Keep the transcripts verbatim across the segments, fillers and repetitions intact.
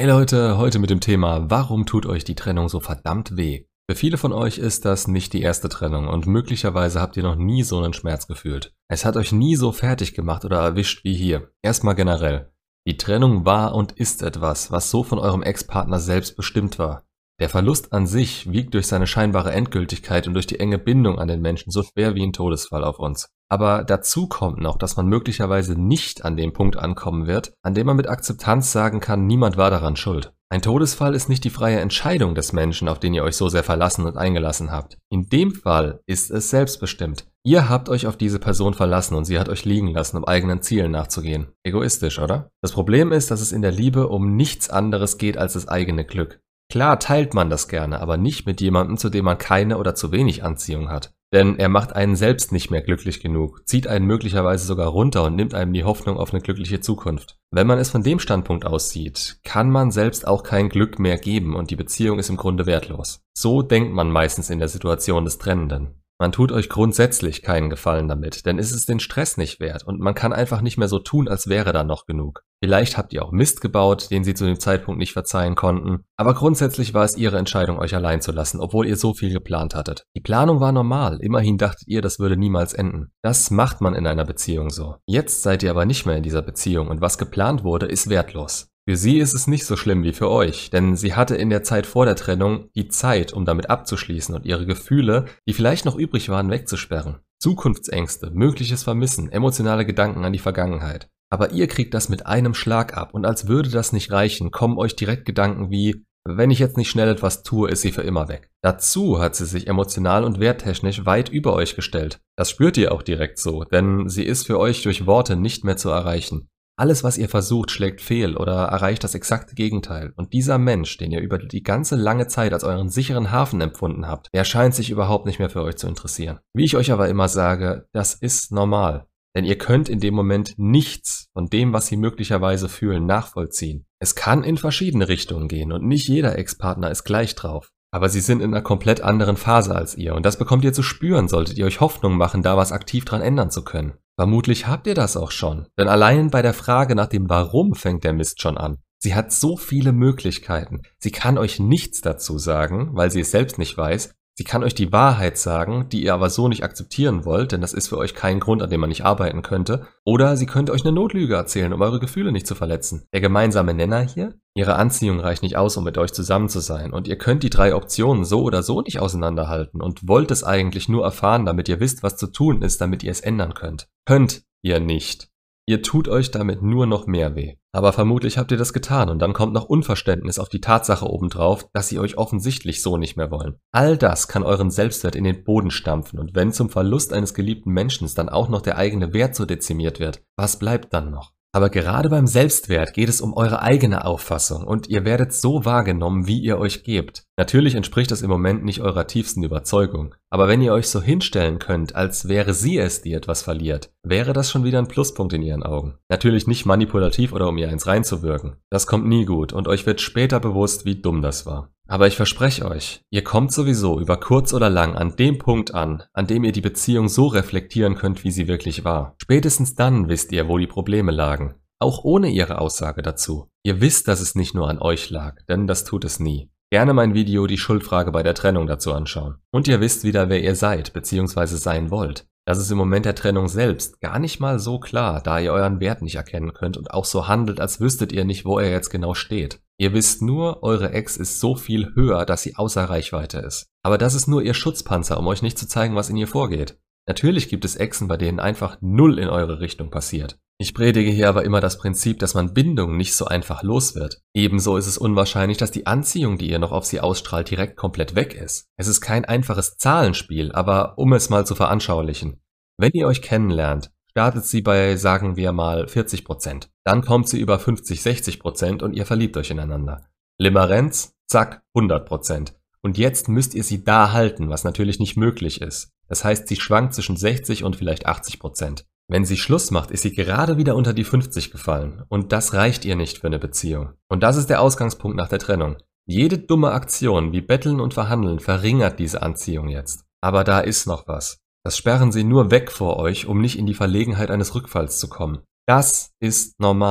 Hey Leute, heute mit dem Thema, warum tut euch die Trennung so verdammt weh? Für viele von euch ist das nicht die erste Trennung und möglicherweise habt ihr noch nie so einen Schmerz gefühlt. Es hat euch nie so fertig gemacht oder erwischt wie hier. Erstmal generell. Die Trennung war und ist etwas, was so von eurem Ex-Partner selbst bestimmt war. Der Verlust an sich wiegt durch seine scheinbare Endgültigkeit und durch die enge Bindung an den Menschen so schwer wie ein Todesfall auf uns. Aber dazu kommt noch, dass man möglicherweise nicht an dem Punkt ankommen wird, an dem man mit Akzeptanz sagen kann, niemand war daran schuld. Ein Todesfall ist nicht die freie Entscheidung des Menschen, auf den ihr euch so sehr verlassen und eingelassen habt. In dem Fall ist es selbstbestimmt. Ihr habt euch auf diese Person verlassen und sie hat euch liegen lassen, um eigenen Zielen nachzugehen. Egoistisch, oder? Das Problem ist, dass es in der Liebe um nichts anderes geht als das eigene Glück. Klar teilt man das gerne, aber nicht mit jemandem, zu dem man keine oder zu wenig Anziehung hat. Denn er macht einen selbst nicht mehr glücklich genug, zieht einen möglicherweise sogar runter und nimmt einem die Hoffnung auf eine glückliche Zukunft. Wenn man es von dem Standpunkt aus sieht, kann man selbst auch kein Glück mehr geben und die Beziehung ist im Grunde wertlos. So denkt man meistens in der Situation des Trennenden. Man tut euch grundsätzlich keinen Gefallen damit, denn es ist den Stress nicht wert und man kann einfach nicht mehr so tun, als wäre da noch genug. Vielleicht habt ihr auch Mist gebaut, den sie zu dem Zeitpunkt nicht verzeihen konnten, aber grundsätzlich war es ihre Entscheidung, euch allein zu lassen, obwohl ihr so viel geplant hattet. Die Planung war normal, immerhin dachtet ihr, das würde niemals enden. Das macht man in einer Beziehung so. Jetzt seid ihr aber nicht mehr in dieser Beziehung und was geplant wurde, ist wertlos. Für sie ist es nicht so schlimm wie für euch, denn sie hatte in der Zeit vor der Trennung die Zeit, um damit abzuschließen und ihre Gefühle, die vielleicht noch übrig waren, wegzusperren. Zukunftsängste, mögliches Vermissen, emotionale Gedanken an die Vergangenheit. Aber ihr kriegt das mit einem Schlag ab und als würde das nicht reichen, kommen euch direkt Gedanken wie, wenn ich jetzt nicht schnell etwas tue, ist sie für immer weg. Dazu hat sie sich emotional und werttechnisch weit über euch gestellt. Das spürt ihr auch direkt so, denn sie ist für euch durch Worte nicht mehr zu erreichen. Alles, was ihr versucht, schlägt fehl oder erreicht das exakte Gegenteil. Und dieser Mensch, den ihr über die ganze lange Zeit als euren sicheren Hafen empfunden habt, der scheint sich überhaupt nicht mehr für euch zu interessieren. Wie ich euch aber immer sage, das ist normal. Denn ihr könnt in dem Moment nichts von dem, was sie möglicherweise fühlen, nachvollziehen. Es kann in verschiedene Richtungen gehen und nicht jeder Ex-Partner ist gleich drauf. Aber sie sind in einer komplett anderen Phase als ihr und das bekommt ihr zu spüren, solltet ihr euch Hoffnung machen, da was aktiv dran ändern zu können. Vermutlich habt ihr das auch schon, denn allein bei der Frage nach dem Warum fängt der Mist schon an. Sie hat so viele Möglichkeiten. Sie kann euch nichts dazu sagen, weil sie es selbst nicht weiß. Sie kann euch die Wahrheit sagen, die ihr aber so nicht akzeptieren wollt, denn das ist für euch kein Grund, an dem man nicht arbeiten könnte. Oder sie könnte euch eine Notlüge erzählen, um eure Gefühle nicht zu verletzen. Der gemeinsame Nenner hier? Ihre Anziehung reicht nicht aus, um mit euch zusammen zu sein. Und ihr könnt die drei Optionen so oder so nicht auseinanderhalten und wollt es eigentlich nur erfahren, damit ihr wisst, was zu tun ist, damit ihr es ändern könnt. Könnt ihr nicht. Ihr tut euch damit nur noch mehr weh. Aber vermutlich habt ihr das getan und dann kommt noch Unverständnis auf die Tatsache obendrauf, dass sie euch offensichtlich so nicht mehr wollen. All das kann euren Selbstwert in den Boden stampfen und wenn zum Verlust eines geliebten Menschen dann auch noch der eigene Wert so dezimiert wird, was bleibt dann noch? Aber gerade beim Selbstwert geht es um eure eigene Auffassung und ihr werdet so wahrgenommen, wie ihr euch gebt. Natürlich entspricht das im Moment nicht eurer tiefsten Überzeugung, aber wenn ihr euch so hinstellen könnt, als wäre sie es, die etwas verliert, wäre das schon wieder ein Pluspunkt in ihren Augen. Natürlich nicht manipulativ oder um ihr eins reinzuwirken. Das kommt nie gut und euch wird später bewusst, wie dumm das war. Aber ich verspreche euch, ihr kommt sowieso über kurz oder lang an dem Punkt an, an dem ihr die Beziehung so reflektieren könnt, wie sie wirklich war. Spätestens dann wisst ihr, wo die Probleme lagen. Auch ohne ihre Aussage dazu. Ihr wisst, dass es nicht nur an euch lag, denn das tut es nie. Gerne mein Video Die Schuldfrage bei der Trennung dazu anschauen. Und ihr wisst wieder, wer ihr seid bzw. sein wollt. Das ist im Moment der Trennung selbst gar nicht mal so klar, da ihr euren Wert nicht erkennen könnt und auch so handelt, als wüsstet ihr nicht, wo er jetzt genau steht. Ihr wisst nur, eure Ex ist so viel höher, dass sie außer Reichweite ist. Aber das ist nur ihr Schutzpanzer, um euch nicht zu zeigen, was in ihr vorgeht. Natürlich gibt es Exen, bei denen einfach null in eure Richtung passiert. Ich predige hier aber immer das Prinzip, dass man Bindungen nicht so einfach los wird. Ebenso ist es unwahrscheinlich, dass die Anziehung, die ihr noch auf sie ausstrahlt, direkt komplett weg ist. Es ist kein einfaches Zahlenspiel, aber um es mal zu veranschaulichen. Wenn ihr euch kennenlernt, startet sie bei, sagen wir mal, vierzig Prozent. Dann kommt sie über fünfzig, sechzig Prozent und ihr verliebt euch ineinander. Limerenz, zack, hundert Prozent. Und jetzt müsst ihr sie da halten, was natürlich nicht möglich ist. Das heißt, sie schwankt zwischen sechzig und vielleicht achtzig Prozent. Wenn sie Schluss macht, ist sie gerade wieder unter die fünfzig gefallen. Und das reicht ihr nicht für eine Beziehung. Und das ist der Ausgangspunkt nach der Trennung. Jede dumme Aktion wie Betteln und Verhandeln verringert diese Anziehung jetzt. Aber da ist noch was. Das sperren sie nur weg vor euch, um nicht in die Verlegenheit eines Rückfalls zu kommen. Das ist normal.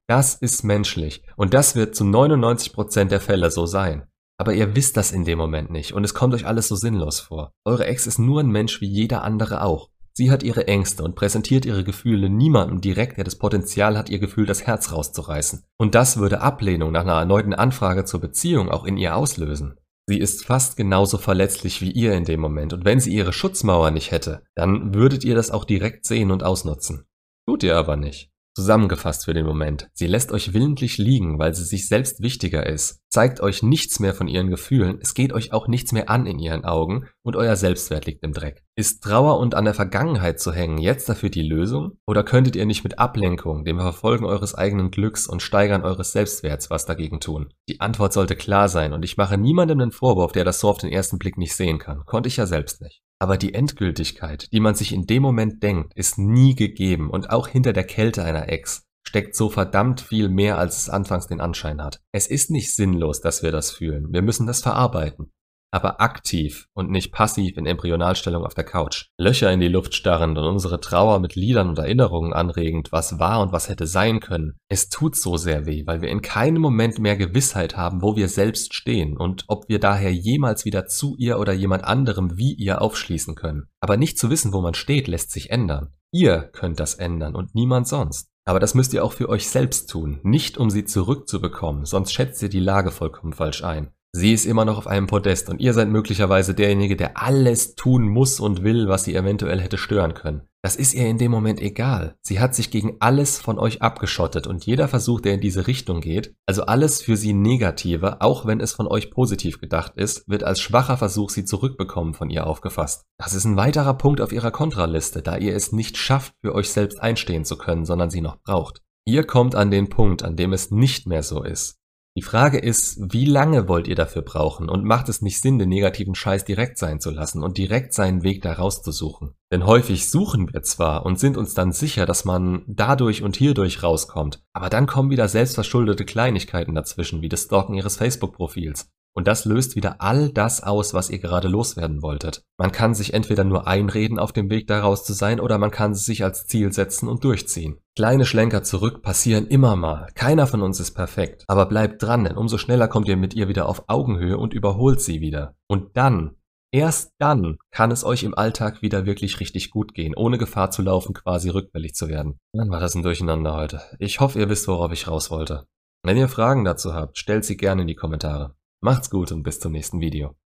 Das ist menschlich und das wird zu neunundneunzig Prozent der Fälle so sein. Aber ihr wisst das in dem Moment nicht und es kommt euch alles so sinnlos vor. Eure Ex ist nur ein Mensch wie jeder andere auch. Sie hat ihre Ängste und präsentiert ihre Gefühle niemandem direkt, der das Potenzial hat, ihr Gefühl das Herz rauszureißen. Und das würde Ablehnung nach einer erneuten Anfrage zur Beziehung auch in ihr auslösen. Sie ist fast genauso verletzlich wie ihr in dem Moment und wenn sie ihre Schutzmauer nicht hätte, dann würdet ihr das auch direkt sehen und ausnutzen. Tut ihr aber nicht. Zusammengefasst für den Moment, sie lässt euch willentlich liegen, weil sie sich selbst wichtiger ist, zeigt euch nichts mehr von ihren Gefühlen, es geht euch auch nichts mehr an in ihren Augen und euer Selbstwert liegt im Dreck. Ist Trauer und an der Vergangenheit zu hängen jetzt dafür die Lösung? Oder könntet ihr nicht mit Ablenkung, dem Verfolgen eures eigenen Glücks und Steigern eures Selbstwerts was dagegen tun? Die Antwort sollte klar sein und ich mache niemandem den Vorwurf, der das so auf den ersten Blick nicht sehen kann, konnte ich ja selbst nicht. Aber die Endgültigkeit, die man sich in dem Moment denkt, ist nie gegeben und auch hinter der Kälte einer Ex steckt so verdammt viel mehr, als es anfangs den Anschein hat. Es ist nicht sinnlos, dass wir das fühlen, wir müssen das verarbeiten. Aber aktiv und nicht passiv in Embryonalstellung auf der Couch, Löcher in die Luft starrend und unsere Trauer mit Liedern und Erinnerungen anregend, was war und was hätte sein können. Es tut so sehr weh, weil wir in keinem Moment mehr Gewissheit haben, wo wir selbst stehen und ob wir daher jemals wieder zu ihr oder jemand anderem wie ihr aufschließen können. Aber nicht zu wissen, wo man steht, lässt sich ändern. Ihr könnt das ändern und niemand sonst. Aber das müsst ihr auch für euch selbst tun, nicht um sie zurückzubekommen, sonst schätzt ihr die Lage vollkommen falsch ein. Sie ist immer noch auf einem Podest und ihr seid möglicherweise derjenige, der alles tun muss und will, was sie eventuell hätte stören können. Das ist ihr in dem Moment egal. Sie hat sich gegen alles von euch abgeschottet und jeder Versuch, der in diese Richtung geht, also alles für sie Negative, auch wenn es von euch positiv gedacht ist, wird als schwacher Versuch, sie zurückbekommen, von ihr aufgefasst. Das ist ein weiterer Punkt auf ihrer Kontraliste, da ihr es nicht schafft, für euch selbst einstehen zu können, sondern sie noch braucht. Ihr kommt an den Punkt, an dem es nicht mehr so ist. Die Frage ist, wie lange wollt ihr dafür brauchen und macht es nicht Sinn, den negativen Scheiß direkt sein zu lassen und direkt seinen Weg da rauszusuchen? Denn häufig suchen wir zwar und sind uns dann sicher, dass man dadurch und hierdurch rauskommt, aber dann kommen wieder selbstverschuldete Kleinigkeiten dazwischen, wie das Stalken ihres Facebook-Profils. Und das löst wieder all das aus, was ihr gerade loswerden wolltet. Man kann sich entweder nur einreden, auf dem Weg da raus zu sein, oder man kann es sich als Ziel setzen und durchziehen. Kleine Schlenker zurück passieren immer mal. Keiner von uns ist perfekt. Aber bleibt dran, denn umso schneller kommt ihr mit ihr wieder auf Augenhöhe und überholt sie wieder. Und dann, erst dann, kann es euch im Alltag wieder wirklich richtig gut gehen, ohne Gefahr zu laufen, quasi rückfällig zu werden. Dann war das ein Durcheinander heute. Ich hoffe, ihr wisst, worauf ich raus wollte. Wenn ihr Fragen dazu habt, stellt sie gerne in die Kommentare. Macht's gut und bis zum nächsten Video.